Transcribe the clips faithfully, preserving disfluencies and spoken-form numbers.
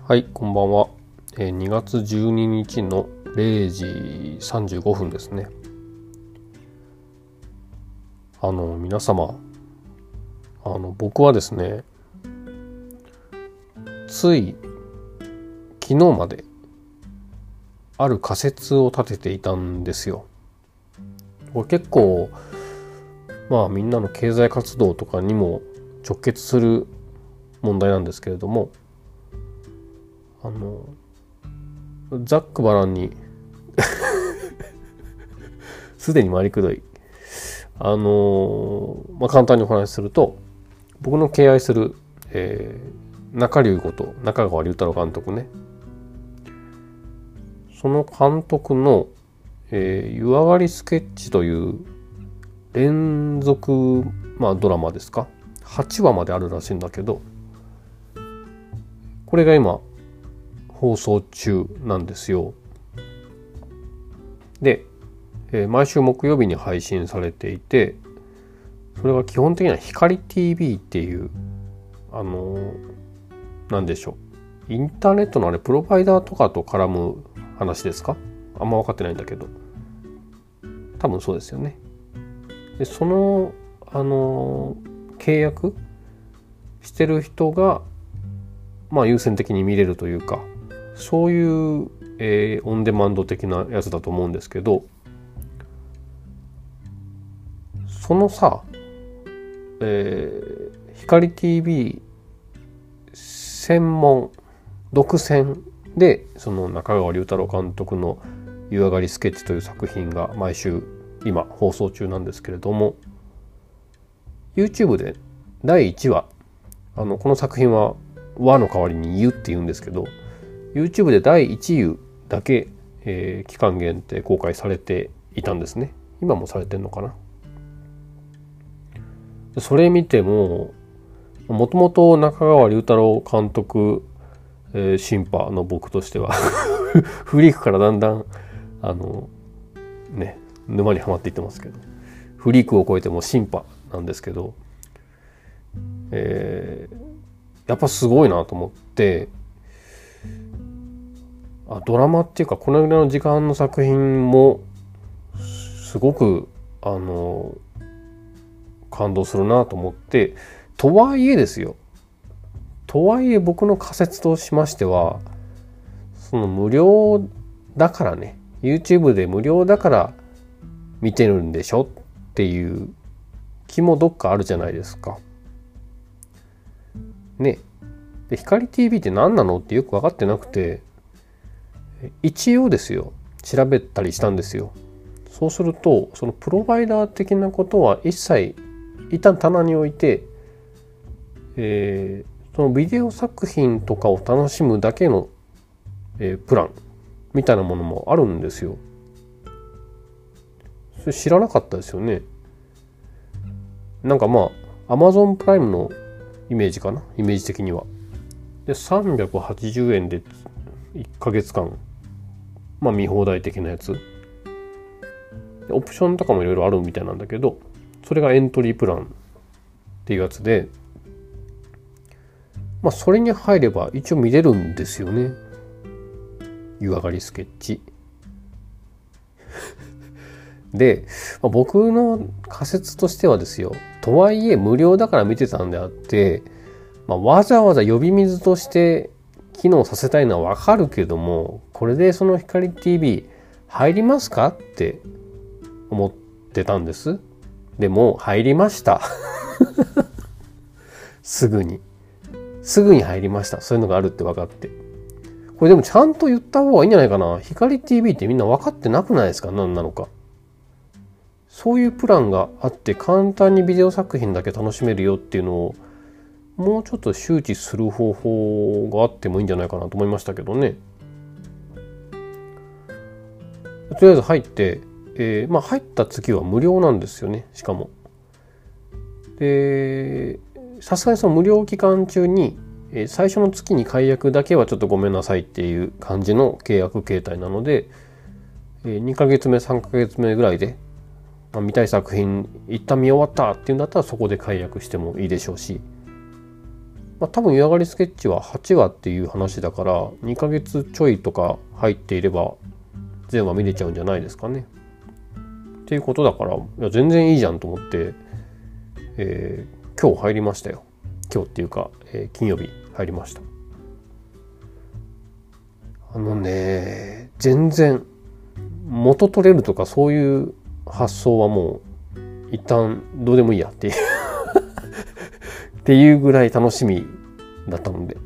はい、こんばんは。えー、にがつじゅうににちのれいじさんじゅうごふんですね。あの皆様、あの僕はですね、つい昨日まである仮説を立てていたんですよ。これ結構まあみんなの経済活動とかにも直結する問題なんですけれども、あのざっくばらんにすでに回りくどいあのまあ簡単にお話しすると、僕の敬愛する、えー、中龍こと中川龍太郎監督ね、その監督の、えー、湯上がりスケッチという連続、まあ、ドラマですか、はちわまであるらしいんだけど、これが今放送中なんですよ。で、えー、毎週木曜日に配信されていて、それが基本的には光 ティーブイ っていうあのー、なんでしょう、インターネットのあれプロバイダーとかと絡む話ですか、あんま分かってないんだけど、多分そうですよね。でそのあのー、契約してる人がまあ優先的に見れるというか、そういう、えー、オンデマンド的なやつだと思うんですけど、そのさ、えー、光 ティーブイ 専門独占でその中川龍太郎監督の湯上がりスケッチという作品が毎週今放送中なんですけれども、 YouTube でだいいちわ、あのこの作品は和の代わりに湯って言うんですけど、 YouTube でだいいち湯だけ、えー、期間限定公開されていたんですね。今もされてんのかな。それ見ても、もともと中川龍太郎監督、えー、シンパの僕としてはフリークからだんだんあのね沼にはまっていってますけど、フリークを超えてもシンパなんですけど、えー、やっぱすごいなと思って、あ、ドラマっていうかこのぐらいの時間の作品もすごくあの感動するなと思って、とはいえですよ、とはいえ僕の仮説としましては、その無料だからね、 YouTube で無料だから見てるんでしょっていう気もどっかあるじゃないですかね。で光 ティーブイ って何なのってよく分かってなくて、一応ですよ調べたりしたんですよ。そうするとそのプロバイダー的なことは一切一旦棚に置いて、えー、そのビデオ作品とかを楽しむだけの、えー、プランみたいなものもあるんですよ。それ知らなかったですよね。なんかまあ Amazon プライムのイメージかな、イメージ的には。でさんびゃくはちじゅうえんでいっかげつかん、まあ見放題的なやつ。オプションとかもいろいろあるみたいなんだけど、それがエントリープランっていうやつで、まあそれに入れば一応見れるんですよね、湯上がりスケッチで、まあ、僕の仮説としてはですよ、とはいえ無料だから見てたんであって、まあ、わざわざ呼び水として機能させたいのはわかるけども、これでその光 ティーブイ 入りますかって思ってたんです。でも入りましたすぐにすぐに入りました。そういうのがあるって分かって。これでもちゃんと言った方がいいんじゃないかな。光 ティーブイ ってみんな分かってなくないですか、何なのか。そういうプランがあって簡単にビデオ作品だけ楽しめるよっていうのをもうちょっと周知する方法があってもいいんじゃないかなと思いましたけどね。とりあえず入って、えー、まあ入った月は無料なんですよね、しかも。でさすがにその無料期間中に、えー、最初の月に解約だけはちょっとごめんなさいっていう感じの契約形態なので、えー、にかげつめさんかげつめぐらいで、まあ、見たい作品一旦見終わったっていうんだったらそこで解約してもいいでしょうし、ままあ、多分湯上がりスケッチははちわっていう話だからにかげつちょいとか入っていれば全話見れちゃうんじゃないですかね。っていうことだから、いや全然いいじゃんと思って、えー、今日入りましたよ。今日っていうか、えー、金曜日入りました。あのね、全然元取れるとかそういう発想はもう一旦どうでもいいやっていうっていうぐらい楽しみだったので、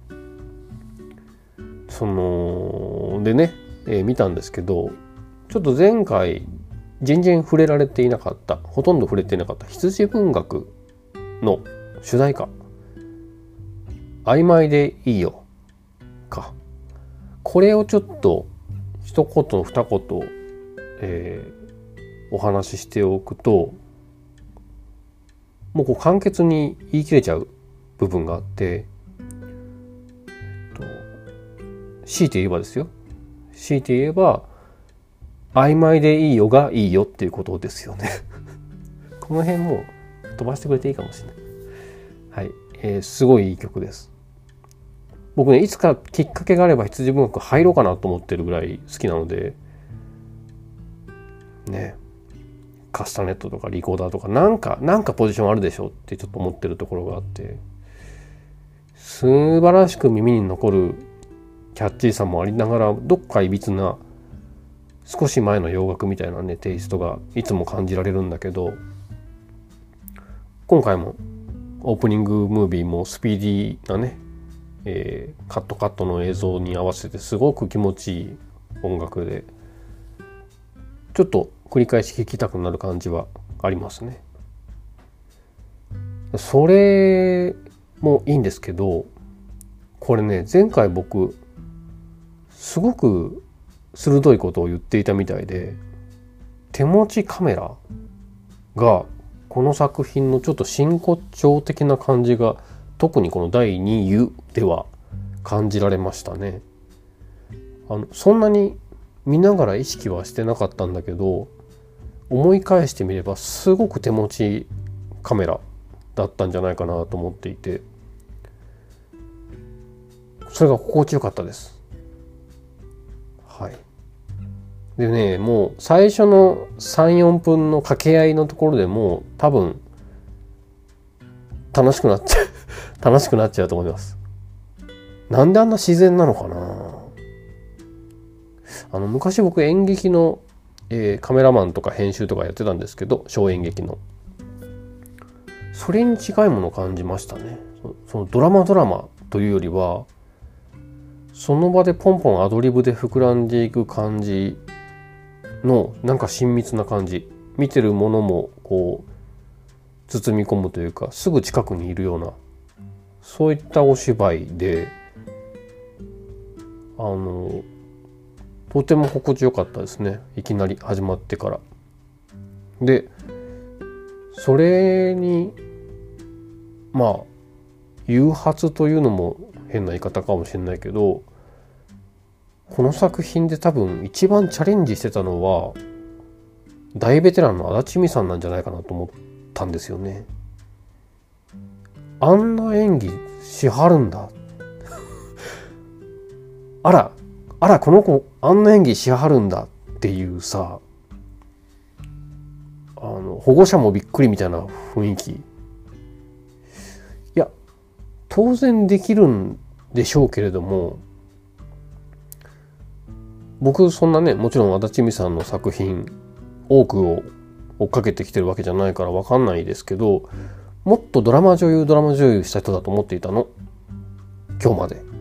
そのでね、えー、見たんですけど、ちょっと前回全然触れられていなかった、ほとんど触れていなかった羊文学の主題歌、曖昧でいいよか、これをちょっと一言二言、えー、お話ししておくと、もうこう簡潔に言い切れちゃう部分があって、えっと、強いて言えばですよ、強いて言えば曖昧でいいよがいいよっていうことですよねこの辺も飛ばしてくれていいかもしれない。はい、えー、すごいいい曲です。僕ね、いつかきっかけがあれば羊文学入ろうかなと思ってるぐらい好きなのでね、カスタネットとかリコーダーとかなんかなんかポジションあるでしょってちょっと思ってるところがあって、素晴らしく耳に残るキャッチーさもありながら、どっかいびつな少し前の洋楽みたいなねテイストがいつも感じられるんだけど、今回もオープニングムービーもスピーディーなね、えー、カットカットの映像に合わせてすごく気持ちいい音楽で、ちょっと繰り返し聴きたくなる感じはありますね。それもいいんですけど、これね、前回僕すごく鋭いことを言っていたみたいで、手持ちカメラがこの作品のちょっと真骨頂的な感じが、特にこのだいに湯では感じられましたね。あのそんなに見ながら意識はしてなかったんだけど、思い返してみればすごく手持ちカメラだったんじゃないかなと思っていて、それが心地よかったです。はい。でね、もう最初のさん、よんぷんの掛け合いのところでもう多分楽しくなっちゃう楽しくなっちゃうと思います。なんであんな自然なのかな。あの昔僕演劇の、えー、カメラマンとか編集とかやってたんですけど、小演劇のそれに近いものを感じましたね。そのドラマドラマというよりは、その場でポンポンアドリブで膨らんでいく感じのなんか親密な感じ、見てるものもこう包み込むというか、すぐ近くにいるような、そういったお芝居で、あのとても心地よかったですね。いきなり始まってから。でそれにまあ誘発というのも変な言い方かもしれないけど、この作品で多分一番チャレンジしてたのは大ベテランの足立美さんなんじゃないかなと思ったんですよね。あんな演技しはるんだあらあらこの子あんな演技しはるんだっていうさ、あの保護者もびっくりみたいな雰囲気。いや当然できるんでしょうけれども、僕そんなね、もちろん足立美さんの作品多くを追っかけてきてるわけじゃないから分かんないですけど、もっとドラマ女優ドラマ女優した人だと思っていたの、今日まで。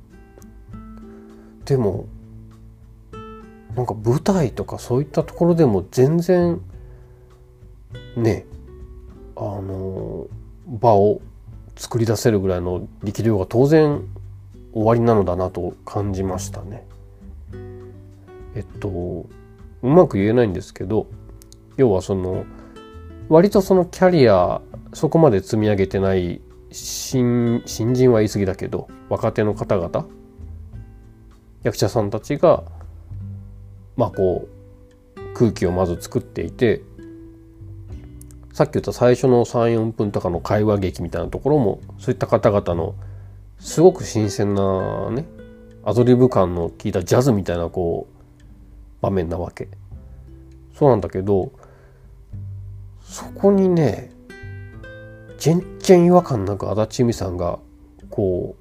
でもなんか舞台とかそういったところでも全然ね、あの場を作り出せるぐらいの力量が当然終わりなのだなと感じましたね。えっとうまく言えないんですけど、要はその割とそのキャリアそこまで積み上げてない新新人は言い過ぎだけど、若手の方々、役者さんたちがまあこう空気をまず作っていて、 さっき言った最初のさん、よんぷんとかの会話劇みたいなところもそういった方々のすごく新鮮なねアドリブ感の効いたジャズみたいなこう場面なわけ。そうなんだけど、そこにね全然違和感なく足立由美さんがこ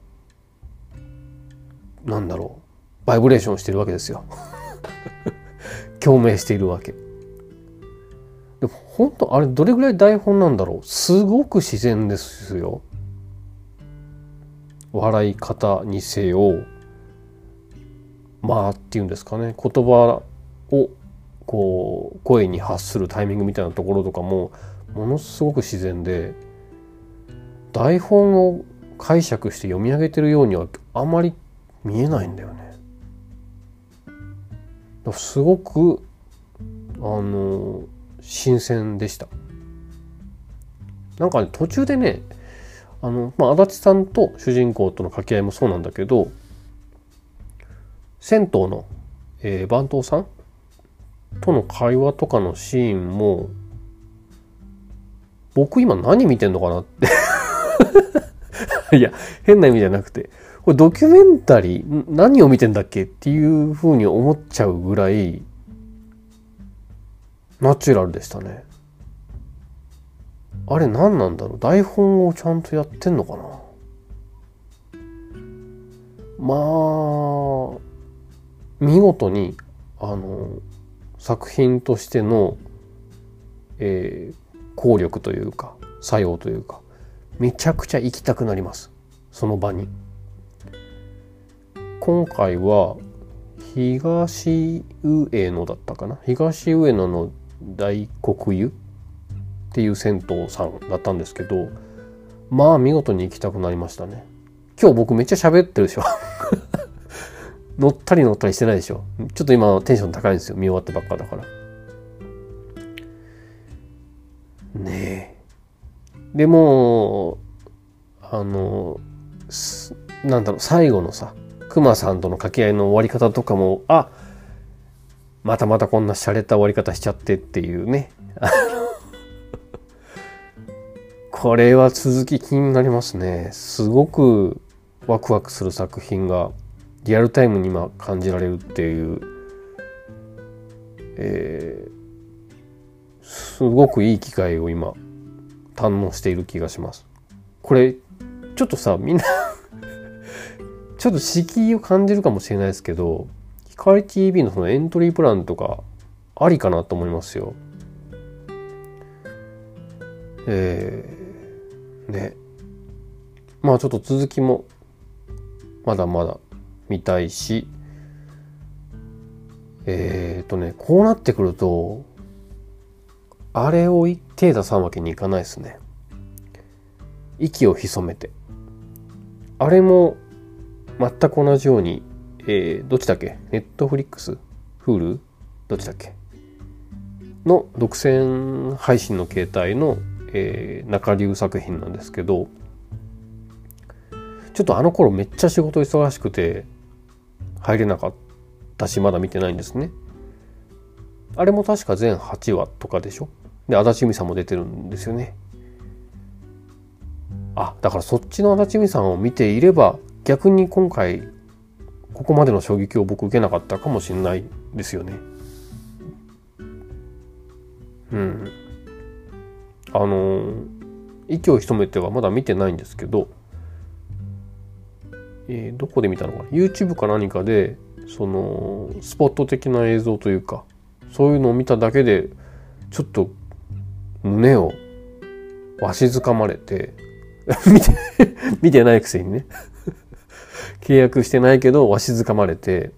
うなんだろうバイブレーションしてるわけですよ共鳴しているわけでも本当あれどれぐらい台本なんだろう。すごく自然ですよ。笑い方にせよまあっていうんですかね、言葉をこう声に発するタイミングみたいなところとかもものすごく自然で、台本を解釈して読み上げてるようにはあまり見えないんだよね。すごくあの新鮮でした。なんかね途中でねあの、まあ、足立さんと主人公との掛け合いもそうなんだけど、銭湯の、えー、番頭さんとの会話とかのシーンも僕今何見てんのかなっていや変な意味じゃなくて、これドキュメンタリー何を見てんだっけっていうふうに思っちゃうぐらいナチュラルでしたね。あれ何なんだろう、台本をちゃんとやってんのかな。まあ見事にあの作品としての、えー、効力というか作用というかめちゃくちゃ行きたくなります、その場に。今回は東上野だったかな、東上野の大黒湯っていう銭湯さんだったんですけど、まあ見事に行きたくなりましたね。今日僕めっちゃ喋ってるでしょ乗ったり乗ったりしてないでしょ。ちょっと今テンション高いんですよ、見終わってばっかだからねえ。でもあのなんだろう、最後のさクマさんとの掛け合いの終わり方とかも、あまたまたこんな洒落た終わり方しちゃってっていうねこれは続き気になりますね。すごくワクワクする作品がリアルタイムに今感じられるっていう、えー、すごくいい機会を今堪能している気がします。これちょっとさみんなちょっと敷居を感じるかもしれないですけど、光 ティーブイ のそのエントリープランとかありかなと思いますよ。えー、ね。まあちょっと続きもまだまだ見たいし、えーとね、こうなってくるとあれを手出さんわけにいかないですね。息を潜めて。あれも全く同じように、えー、どっちだっけ？ネットフリックス？フール？どっちだっけ？の独占配信の形態の、えー、中流作品なんですけど、ちょっとあの頃めっちゃ仕事忙しくて入れなかったし、まだ見てないんですね。あれも確か全はちわとかでしょ。で足立由美さんも出てるんですよね。あ、だからそっちの足立由美さんを見ていれば逆に今回ここまでの衝撃を僕受けなかったかもしれないですよね。うん。あの息を潜めてはまだ見てないんですけど、えー、どこで見たのかな、 YouTube か何かでそのスポット的な映像というかそういうのを見ただけでちょっと胸をわしづかまれて見て見てないくせにね契約してないけどわしづかまれて、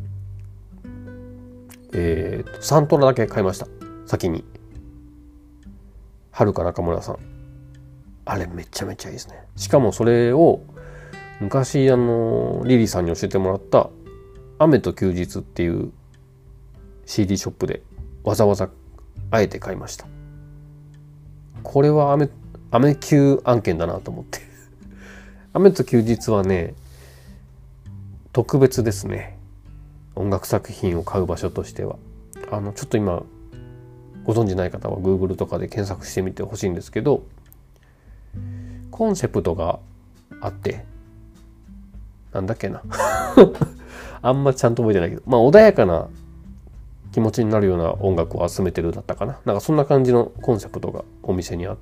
えー、サントラだけ買いました先に。はるか中村さん、あれめちゃめちゃいいですね。しかもそれを昔あのリリーさんに教えてもらった雨と休日っていう シーディー ショップでわざわざあえて買いました。これは雨雨休案件だなと思って雨と休日はね特別ですね。音楽作品を買う場所としては。あのちょっと今ご存じない方は Google とかで検索してみてほしいんですけど、コンセプトがあって、なんだっけなあんまちゃんと覚えてないけど、まあ穏やかな気持ちになるような音楽を集めてるだったかな。なんかそんな感じのコンセプトがお店にあって、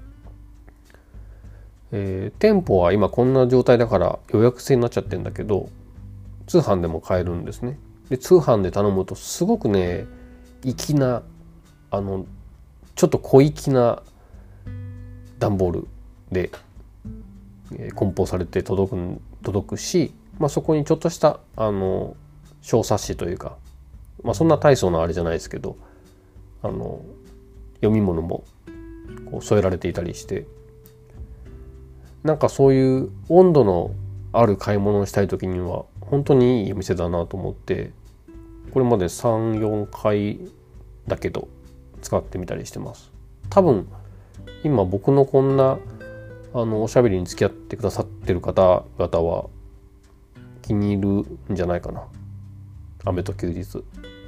えー、店舗は今こんな状態だから予約制になっちゃってるんだけど、通販でも買えるんですね。で通販で頼むとすごくね、粋なあのちょっと小粋な段ボールで、えー、梱包されて届く届くし、まあ、そこにちょっとしたあの小冊子というか、まあ、そんな大層なあれじゃないですけど、あの読み物もこう添えられていたりして、なんかそういう温度のある買い物をしたい時には本当にいいお店だなと思って、これまでさん、よんかいだけど使ってみたりしてます。多分今僕のこんなあのおしゃべりに付き合ってくださってる方々は気に入るんじゃないかな。雨と休日。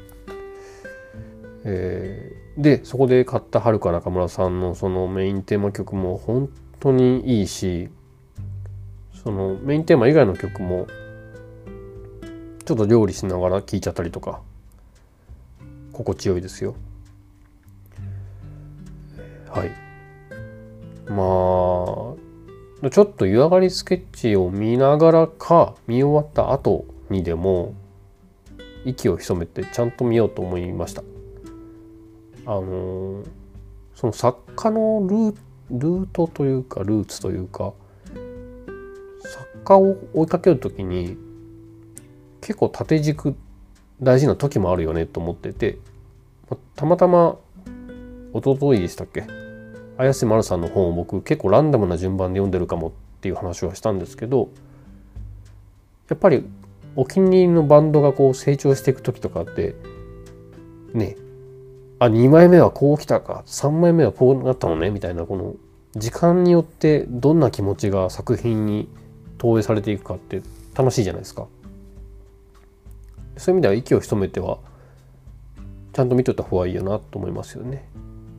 えー、でそこで買ったはるか中村さんのそのメインテーマ曲も本当にいいし、そのメインテーマ以外の曲もちょっと料理しながら聴いちゃったりとか心地よいですよ。はい。まあちょっと湯上がりスケッチを見ながらか見終わった後にでも息を潜めてちゃんと見ようと思いました。あのー、その作家のルー、ルートというかルーツというか、作家を追いかけるときに結構縦軸大事な時もあるよねと思ってて、たまたま一昨日でしたっけ、綾瀬まるさんの本を僕結構ランダムな順番で読んでるかもっていう話はしたんですけど、やっぱりお気に入りのバンドがこう成長していく時とかってね、あにまいめはこう来たか、さんまいめはこうなったのねみたいな、この時間によってどんな気持ちが作品に投影されていくかって楽しいじゃないですか。そういう意味では息を潜めてはちゃんと見といた方がいいよなと思いますよね。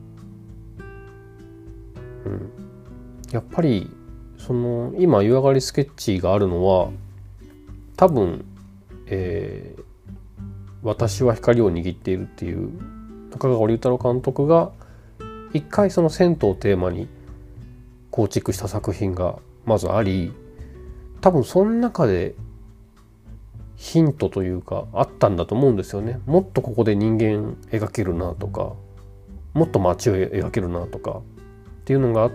うん、やっぱりその今湯上がりスケッチがあるのは多分、えー、私は光を握っているっていう中川龍太郎監督が一回その銭湯をテーマに構築した作品がまずあり、多分その中でヒントというかあったんだと思うんですよね。もっとここで人間描けるなとか、もっと街を描けるなとかっていうのがあって、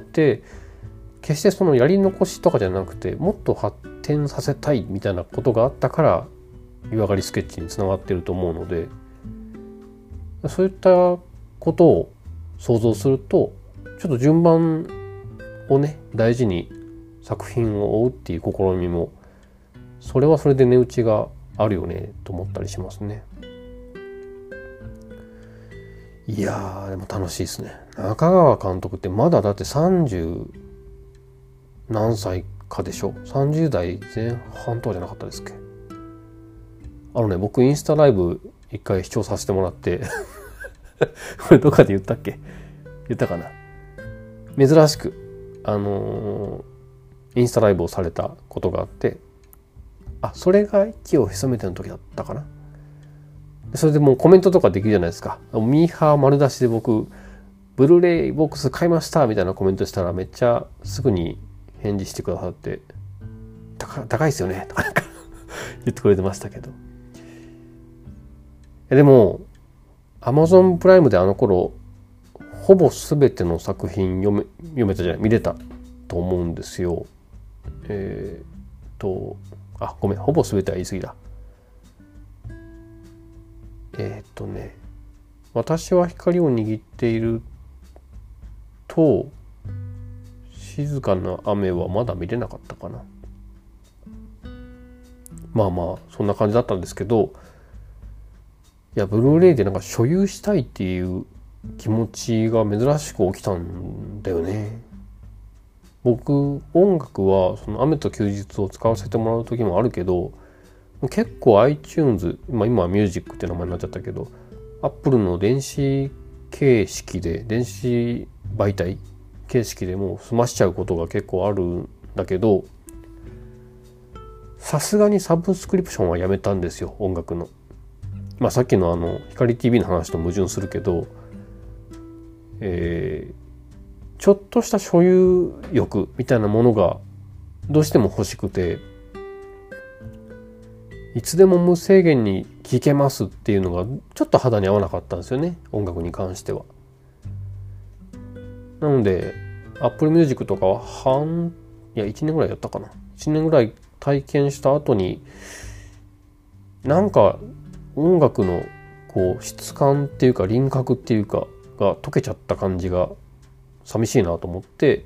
決してそのやり残しとかじゃなくてもっと発展させたいみたいなことがあったから湯上がりスケッチにつながっていると思うので、そういったことを想像するとちょっと順番をね大事に作品を追うっていう試みも、それはそれで値打ちがあるよねと思ったりしますね。いやーでも楽しいですね。中川監督ってまだだってさんじゅう何歳かでしょ。さんじゅう代前半とかじゃなかったですっけ。あのね、僕インスタライブ一回視聴させてもらってこれどっかで言ったっけ、言ったかな。珍しくあのー、インスタライブをされたことがあって、あ、それが息を潜めての時だったかな。それでもうコメントとかできるじゃないですか。ミーハー丸出しで僕ブルーレイボックス買いましたみたいなコメントしたらめっちゃすぐに返事してくださって、高, 高いですよねとかなんか言ってくれてましたけど、でも Amazon プライムであの頃ほぼ全ての作品読め読めたじゃない見れたと思うんですよ。えー、っとあごめんほぼ全ては言い過ぎだ。えー、っとね私は光を握っていると静かな雨はまだ見れなかったかな。まあまあそんな感じだったんですけど、いやブルーレイでなんか所有したいっていう気持ちが珍しく起きたんだよね。僕音楽はその雨と休日を使わせてもらう時もあるけど、結構 iTunes、まあ、今はミュージックって名前になっちゃったけど Apple の電子形式で電子媒体形式でもう済ましちゃうことが結構あるんだけど、さすがにサブスクリプションはやめたんですよ、音楽の。まあさっきのあの光 ティーブイ の話と矛盾するけど、えー、ちょっとした所有欲みたいなものがどうしても欲しくて、いつでも無制限に聴けますっていうのがちょっと肌に合わなかったんですよね、音楽に関しては。なので Apple Music とかは半いやいちねんぐらいやったかな、いちねんぐらい体験した後に、なんか音楽のこう質感っていうか輪郭っていうかが溶けちゃった感じが寂しいなと思って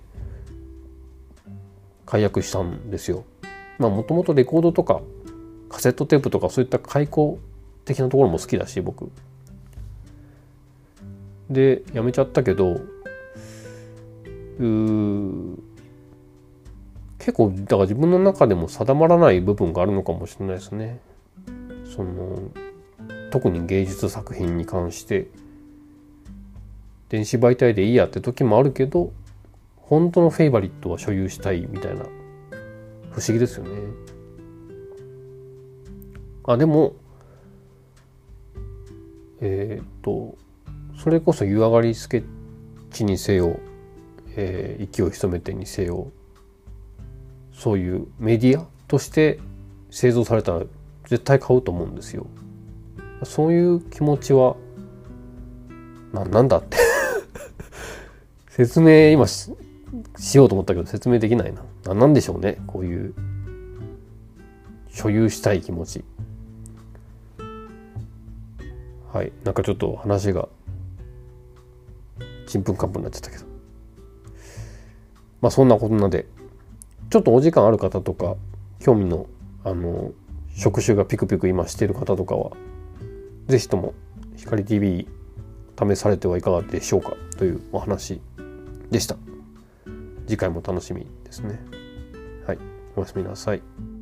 解約したんですよ。まあもともとレコードとかカセットテープとかそういった開口的なところも好きだし、僕でやめちゃったけど、うー結構だから自分の中でも定まらない部分があるのかもしれないですね。その特に芸術作品に関して電子媒体でいいやって時もあるけど、本当のフェイバリットは所有したいみたいな、不思議ですよね。あでもえっとそれこそ湯上がりスケッチにせよ、えー、息を潜めてにせよ、そういうメディアとして製造されたら絶対買うと思うんですよ。そういう気持ちはな、なんだって説明今 し, しようと思ったけど説明できないな。な、なんでしょうね、こういう所有したい気持ち。はい、なんかちょっと話がちんぷんかんぷんになっちゃったけど、まあそんなこんなでちょっとお時間ある方とか興味のあの触手がピクピク今している方とかはぜひとも光 ティーブイ 試されてはいかがでしょうかというお話でした。次回も楽しみですね。はい、おやすみなさい。